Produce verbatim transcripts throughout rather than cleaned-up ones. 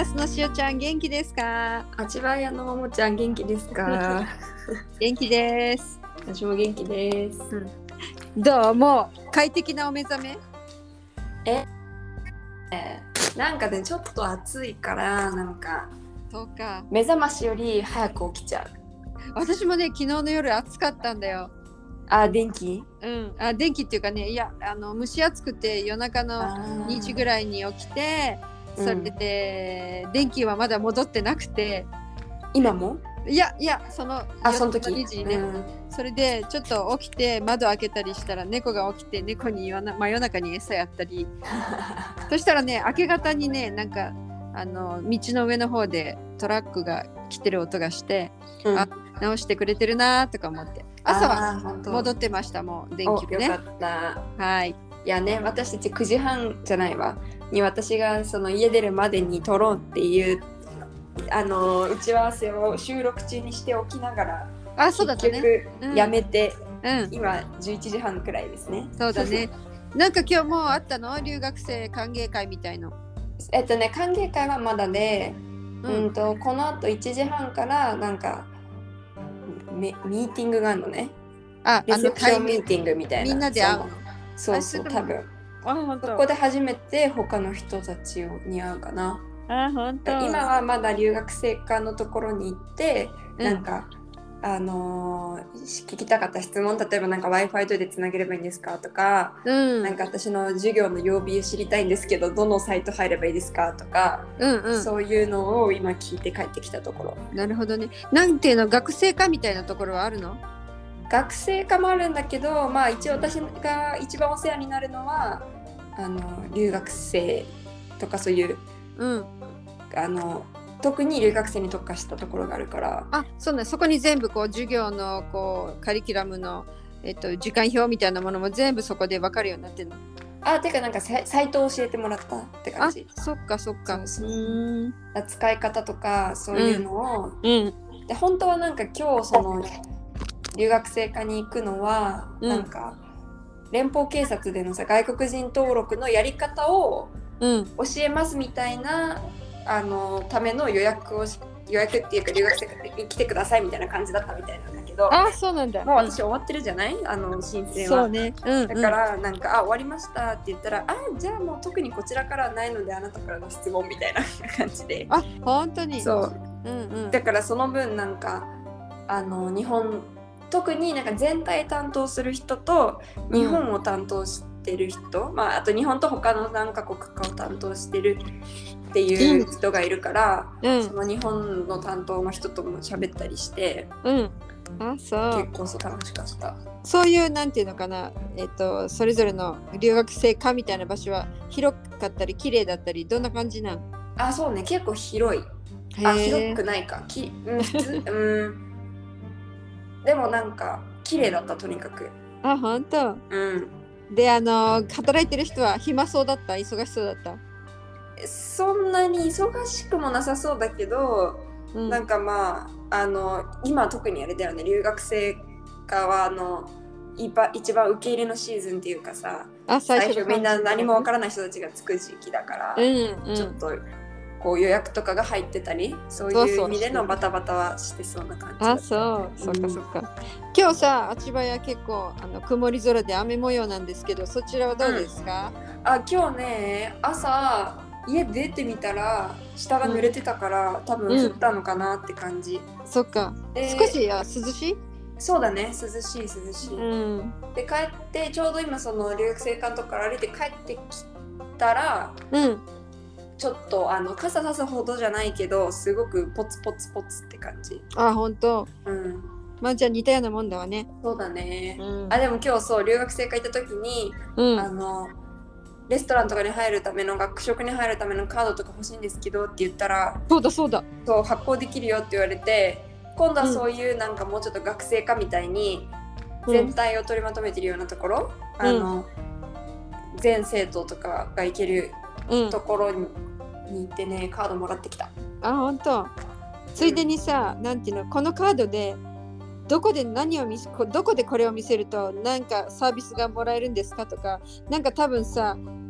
スのしおちゃん元気ですか？ 足早のももちゃん元気ですか？ 元気です。 私も元気です、 うん、どうも快適なお目覚め？ えなんかねちょっと暑いからなんかそうか、 目覚ましより早く起きちゃう。 私もね昨日の夜暑かったんだよ。 あ、電気？ うん、あ電気っていうかね、いやあの蒸し暑くて夜中のにじぐらいに起きて、それで、うん、電気はまだ戻ってなくて。 今も？ いやいやそのあその時にじにね、うん、それでちょっと起きて窓開けたりしたら猫が起きて猫に真夜中に餌やったりそしたらね明け方にねなんかあの道の上の方でトラックが来てる音がして、うん、あ直してくれてるなとか思って朝は戻ってました。もう電気でね。 よかった。 はい。 いやね私たちくじはんじゃないわに私がその家出るまでに撮ろうっていうあの打ち合わせを収録中にしておきながら、 あそうだったね、 結局やめて、 うん、 今じゅういちじはんくらいですね。 そうだね。なんか今日もうあったの？留学生歓迎会みたいの。 えっとね歓迎会はまだで、うん、うんとこのあといちじはんからなんかミーティングがあるのね。 あ、 レセプションミーティングみたいな。 みんなで会うの？ そうそう多分。 あ本当。 そこで初めて他の人たちをに会うかな。 あ本当。 今はまだ留学生課のところに行って、うん、なんかあのー、聞きたかった質問、例えばなんか Wi-Fi どうやってつなげればいいんですかとか、うん、なんか私の授業の曜日を知りたいんですけどどのサイト入ればいいですかとか、うんうん、そういうのを今聞いて帰ってきたところ。 なるほどね。なんていうの学生課みたいなところはあるの？ 学生課もあるんだけど、まあ一応私が一番お世話になるのはあの留学生とかそういう、うん、あの特に留学生に特化したところがあるから。 あ、そうね。そこに全部こう授業のこうカリキュラムの、えっと、時間表みたいなものも全部そこで分かるようになってるの？ あ、てかなんかサイトを教えてもらったって感じ。 あ、そっかそっか。 そうそう。使い方とかそういうのを、うんうん、で本当はなんか今日その留学生課に行くのは、うん、なんか連邦警察でのさ外国人登録のやり方を教えますみたいな、うん、あのための予約を予約っていうか留学生に来てくださいみたいな感じだったみたいなんだけど、 あ、そうなんだ。 もう私終わってるじゃない、あの申請は。 そうね、うんうん、 だからなんかあ終わりましたって言ったら、あじゃあもう特にこちらからはないのであなたからの質問みたいな感じで。 あ本当に。 そう、うんうん、だからその分なんかあの日本特になんか全体担当する人と日本を担当してる人、うん、まああと日本と他の何カ国かを担当してるっていう人がいるから、うん、その日本の担当の人とも喋ったりして、うん、あそう結構そう楽しかった。 そういうなんていうのかな、えっとそれぞれの留学生課みたいな場所は広かったり綺麗だったりどんな感じなん？ あ、そうね、結構広い。あ、広くないか、き、うん、普通うんでもなんか綺麗だったとにかく。 あ、本当。うん。で、あの働いてる人は暇そうだった？忙しそうだった？ そんなに忙しくもなさそうだけど、うん、なんかまああの今特にあれだよね、留学生側の一番受け入れのシーズンっていうかさ、あ最初、最初みんな何もわからない人たちがつく時期だから、うんうん、ちょっとこう予約とかが入ってたりそういう意味でのバタバタはしてそうな感じだった。 あ、そう、そっかそっか。今日さ、足早結構あの曇り空で雨模様なんですけど、そちらはどうですか？ うん、あ、今日ね、朝家出てみたら下が濡れてたから、うん、多分降ったのかなって感じ。 うん、そっか。少しや涼しい？ そうだね、涼しい涼しい。うん、で帰ってちょうど今その留学生館とかから歩いて帰ってきたら。うんちょっとあの傘さすほどじゃないけどすごくポツポツポツって感じ。 あ、本当。うん。まあじゃあ似たようなもんだわね。 そうだね。うん、あでも今日そう留学生会行った時に、うん、あのレストランとかに入るための学食に入るためのカードとか欲しいんですけどって言ったら、 そうだそうだ。 そう発行できるよって言われて、今度はそういうなんかもうちょっと学生課みたいに全体を取りまとめてるようなところ、うん、あの全生徒とかが行けるところに。うんに行ってねカードもらってきた。 あ、本当。ついでにさ、うん、なんていうのこのカードでどこで何を見せどこでこれを見せるとなんかサービスがもらえるんですかとかなんか多分さ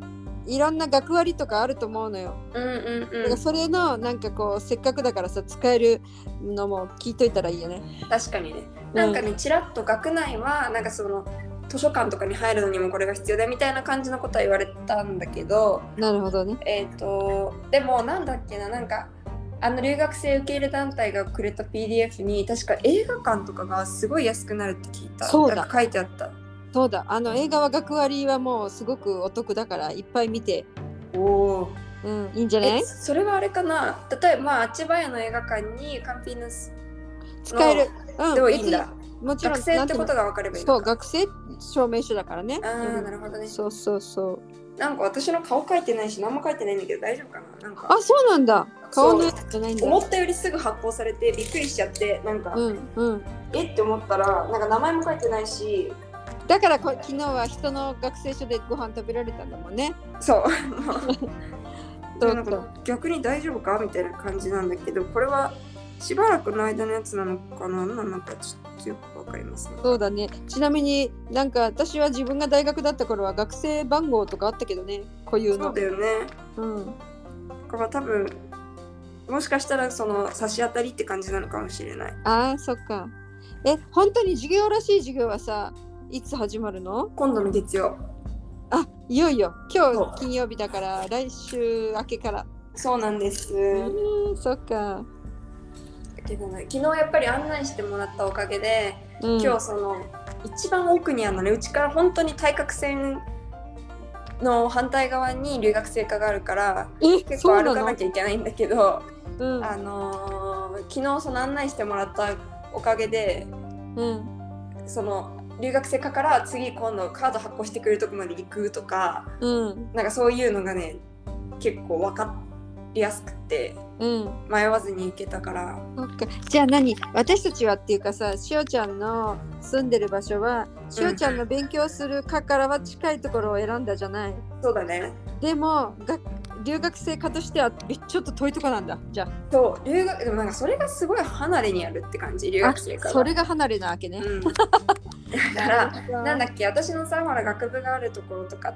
いろんな学割とかあると思うのよ。 うんうんうん。 だからそれのなんかこうせっかくだからさ使えるのも聞いといたらいいよね。 確かにね。なんかね、ちらっと学内はなんかその図書館とかに入るのにもこれが必要だみたいな感じのことは言われたんだけど。 なるほどね。 えっとでもなんだっけな、なんかあの留学生受け入れ団体がくれた ピーディーエフ に確か映画館とかがすごい安くなるって聞いた。 そうだ。 なんか書いてあった。 そうだ、あの映画は学割はもうすごくお得だからいっぱい見て。 おお、 うん、いいんじゃない？ それはあれかな。例えば、まあ、千葉屋の映画館にカンピーナス使える。 うん、でもいいんだ。 もちろん学生ってことが分かればいいのか。 そう、学生証明書だからね。 ああ、なるほどね。 そうそうそう。 なんか私の顔描いてないし何も描いてないんだけど大丈夫かな。なんかあ、そうなんだ。顔のやつじゃないんだ。 思ったよりすぐ発行されてびっくりしちゃって、なんか、 うんうん、えって思ったらなんか名前も書いてないし。 だからこ昨日は人の学生証でご飯食べられたんだもんね。 そうなんか逆に大丈夫かみたいな感じなんだけど、これはしばらくの間のやつなのかな。なんかちょっとよくわかりますね。 そうだね。ちなみになんか私は自分が大学だった頃は学生番号とかあったけどね、こういうの。 そうだよね。うん。だから多分もしかしたらその差し当たりって感じなのかもしれない。 ああ、そっか。え、本当に授業らしい授業はさ、いつ始まるの？ 今度の月曜。 あ、いよいよ今日金曜日だから来週明けから。 そうなんです。 うん、そっか。 けどね、昨日やっぱり案内してもらったおかげで、うん、今日その一番奥にあのね、うちから本当に対角線の反対側に留学生課があるから結構歩かなきゃいけないんだけど、うん、あのー、昨日その案内してもらったおかげで、うん、その留学生課から次今度カード発行してくれるとこまで行くとか、うん、なんかそういうのがね結構分かりやすくて、うん、迷わずに行けたから。 そっか。じゃあ何、私たちはっていうかさ、しおちゃんの住んでる場所はしおちゃんの勉強する課からは近いところを選んだじゃない？ そうだね。 でもが留学生課としてはちょっと遠いとこなんだ。じゃあそう留学でもなんかそれがすごい離れにあるって感じ。留学生課がそれが離れなわけね、うん、 だからなんだっけ、私のさほら学部があるところとかって、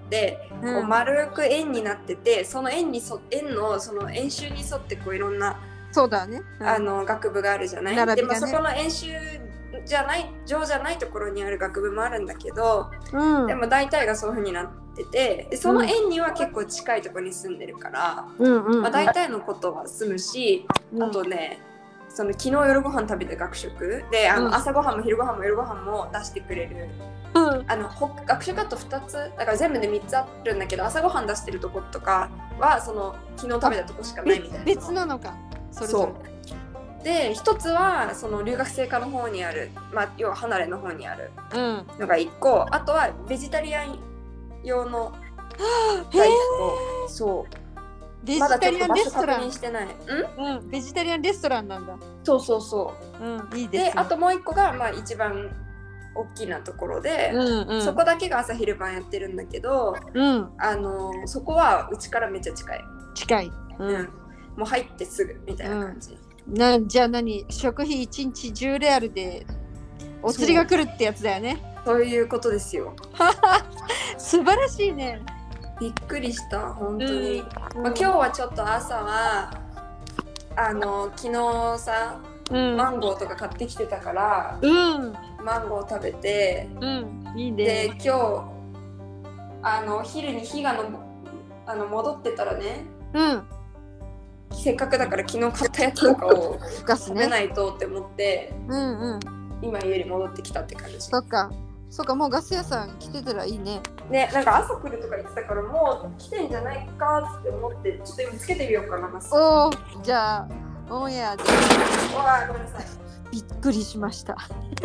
うん、こう丸く円になってて、その円にそ円のその円周に沿ってこういろんなそうだね、うん、 あの学部があるじゃない、ね、でもそこの円周じゃない上じゃないところにある学部もあるんだけど、うん、でも大体がそういう風になってて、でその円には結構近いところに住んでるから、うんうん、まあ、大体のことは済むし、うん、あとねその昨日夜ご飯食べた学食であの、うん、朝ごはんも昼ごはんも夜ごはんも出してくれる、うん、あの学食あとふたつだから全部でみっつあるんだけど、朝ごはん出してるとことかはその昨日食べたとこしかないみたいな。 別なのかそれぞれ。 そうで一つはその留学生課の方にある、まあ、要は離れの方にあるのがいっこ、うん、あとはベジタリアン用のがいっこ。そうベジタリアンレストラン、 まだちょっと場所確認してない。 うん、うん、ベジタリアンレストランなんだ。 そうそうそう、 うん、いいですね。 であともういっこが、まあ、一番大きなところで、うんうん、そこだけが朝昼晩やってるんだけど、うん、あのそこはうちからめっちゃ近い近い、 うんうん、もう入ってすぐみたいな感じ、 うん、なじゃあ何食費いちにちじゅうレアルでお釣りが来るってやつだよね。 そういうことですよ素晴らしいね。 びっくりした本当に、うんまあ、今日はちょっと朝はあの昨日さ、うん、マンゴーとか買ってきてたから、うん、マンゴー食べて、うん、いいね。で今日あの昼に火がのあの戻ってたらね、うん、せっかくだから昨日買ったやつとかを食べないとって思って、うんうん、今家に戻ってきたって感じ。 そっかそっか、もうガス屋さん来てたらいいね。 ね、なんか朝来るとか言ってたからもう来てんじゃないかって思ってちょっと今つけてみようかな。 おー、じゃあオンエアで。 おわごめんなさい。 びっくりしました。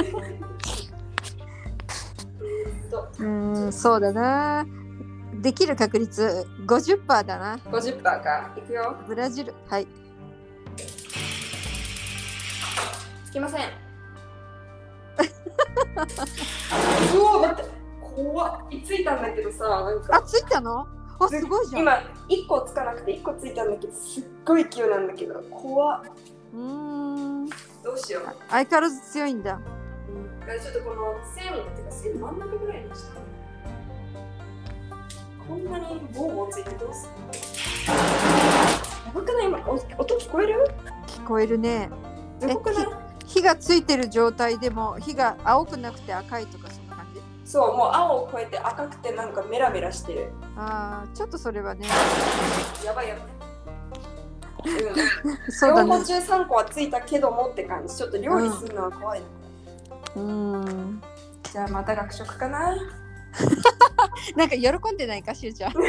うーん、そうだな。できる確率 ごじゅっパーセント だな。 ごじゅっパーセント か。いくよ。 ブラジル、はい。 つきません。うわ待って、怖っ。ついたんだけどさ、なんか。 あ、ついたの？あ、すごいじゃん。 今いっこつかなくていっこついたんだけど、すっごい勢いなんだけど、怖っ。うーん。どうしよう。 相変わらず強いんだ。 うん。ちょっとこの線ってか線真ん中ぐらいにした。 こんなにボーボーついてどうするの？やばくない？今お音聞こえる？ 聞こえるね。 すごくない？ 火がついてる状態でも火が青くなくて赤いとかそんな感じ？ そう、もう青を超えて赤くてなんかメラメラしてる。 ああ、ちょっとそれはね。 やばいやばい。うん、 そうだね。 よんこ中さんこはついたけどもって感じ。ちょっと料理するのは怖いな。 うん。うんじゃあまた学食かな。 なんか喜んでないかしゅうちゃん。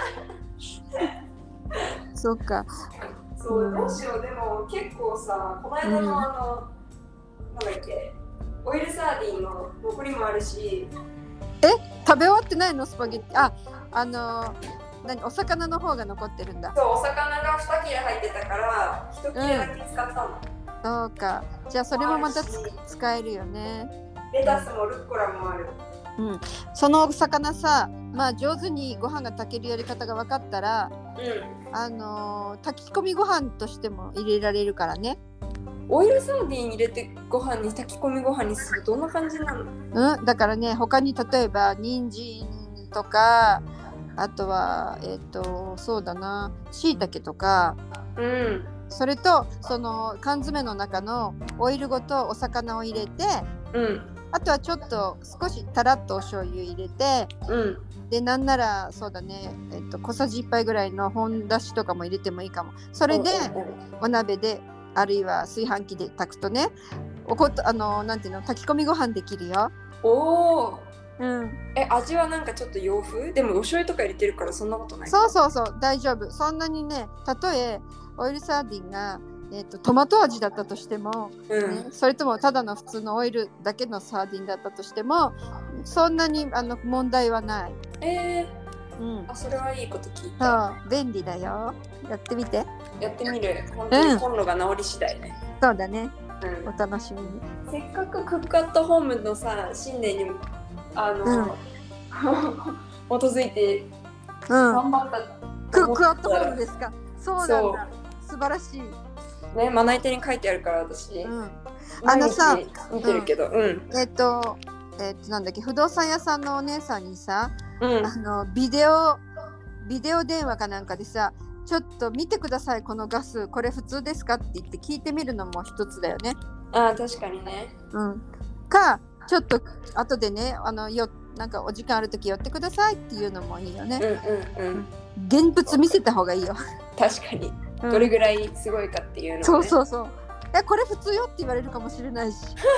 そうか。 そう、どうしよう。でも結構さ、この間のあの、うん、なんだっけ、オイルサーディンの残りもあるし。 え、食べ終わってないの？スパゲッティ。あ、あの何、お魚の方が残ってるんだ。 そう、お魚がに切れ入ってたからいち切れだけ使ったの、 うん、そうか。じゃあそれもまた使えるよね。 レタスもルッコラもある。 うん、そのお魚さ、まあ上手にご飯が炊けるやり方が分かったら、うん、あの炊き込みご飯としても入れられるからね。 オイルサーディン入れてご飯に炊き込みご飯にするとどんな感じなの？ うん、だからね、他に例えば人参とか、あとはえっとそうだな、椎茸とか、うん、それとその缶詰の中のオイルごとお魚を入れて、うん、あとはちょっと少したらっとお醤油入れて、うん、でなんならそうだね、えっと、小さじいっぱいぐらいの本だしとかも入れてもいいかも。それでお鍋であるいは炊飯器で炊くとね、おことあのなんていうの、炊き込みご飯できるよ。 おー、うん、え、味はなんかちょっと洋風？でもお醤油とか入れてるからそんなことない。 そうそうそう、大丈夫。そんなにね、たとえオイルサーディンがえー、とトマト味だったとしても、うんね、それともただの普通のオイルだけのサーディンだったとしてもそんなにあの問題はない。 えーうん、あ、それはいいこと聞いた。 そう、便利だよ。やってみて。 やってみる。本当にコンロが治り次第ね、 うん、そうだね、うん、お楽しみに。 せっかくクックアットホームのさ、新年にあの、うん、基づいて頑張った、うん、 クックアットホームですか？そうなんだ、素晴らしいね。まな板に書いてあるから私、うん、 あのさ見てるけど、うんうん、 えっとえっとなんだっけ、不動産屋さんのお姉さんにさ、うん、あのビデオビデオ電話かなんかでさ、ちょっと見てくださいこのガス、これ普通ですかって言って聞いてみるのも一つだよね。 ああ、確かにね、 うん、かちょっと後でね、あのよなんかお時間あるとき寄ってくださいっていうのもいいよね。うんうんうん、現物見せた方がいいよ。 確かに、どれぐらいすごいかっていうの、ね、 そうそうそう。いや、これ普通よって言われるかもしれないし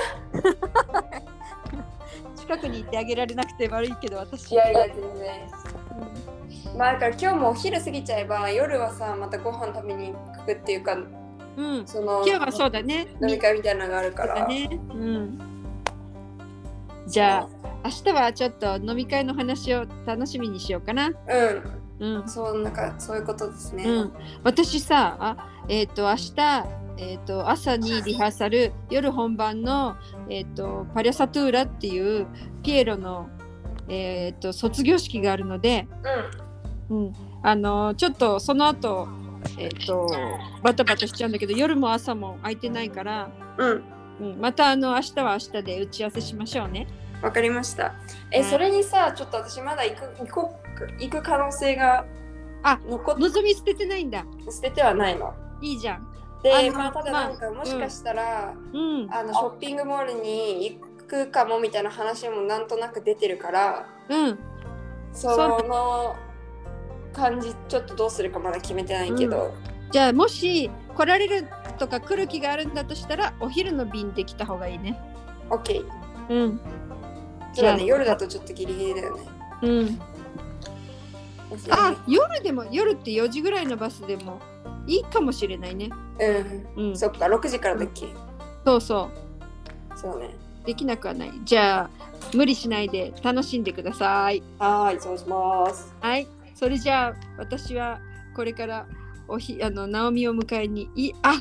近くに行ってあげられなくて悪いけど私。 いやいや全然、うん、まあだから今日もお昼過ぎちゃえば夜はさまたご飯食べに行くっていうか、 うん、その今日はそうだね、 飲み会みたいなのがあるから、 ね、うん、じゃあ明日はちょっと飲み会の話を楽しみにしようかな。 うん、うん、そうなんかそういうことですね。 うん、私さ、あ、えっと明日、えっと朝にリハーサル、夜本番のえっとパリャサトゥーラっていうピエロのえっと卒業式があるので、うん、うん、あのちょっとその後えっとバタバタしちゃうんだけど、夜も朝も空いてないから、うんうん、またあの明日は明日で打ち合わせしましょうね。 わかりました。え、それにさ、ちょっと私まだ行く、行こ行く可能性が残って、望み捨ててないんだ。 捨ててはないの。 いいじゃん。 で、まあ、ただなんか、もしかしたら、うん、あのショッピングモールに行くかもみたいな話もなんとなく出てるから、うん、その感じちょっとどうするかまだ決めてないけど、 うん、じゃあもし来られるとか来る気があるんだとしたらお昼の便で来た方がいいね。 OK。 うん、 そうだね、夜だとちょっとギリギリだよね。うん。 あ、夜でも、夜ってよじぐらいのバスでもいいかもしれないね。 うん、うん、そっか、ろくじからだっけ、うん、 そうそう。 そうね。 できなくはない。じゃあ無理しないで楽しんでください。 はい、そうします。 はい、それじゃあ私はこれからおひあのナオミを迎えにいあ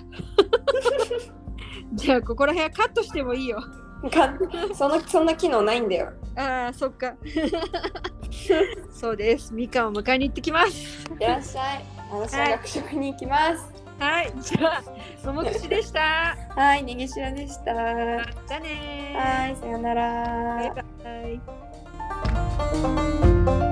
じゃあここら辺はカットしてもいいよ。 そのそんな機能ないんだよ。 ああ、そっか。そうです。みかんを迎えに行ってきます。 いらっしゃい。私は学食に行きます。 はい、じゃあ、そもぐしでした。 はい、ねげしらでした。 じゃあね。 はい、さよなら。 バイバイ。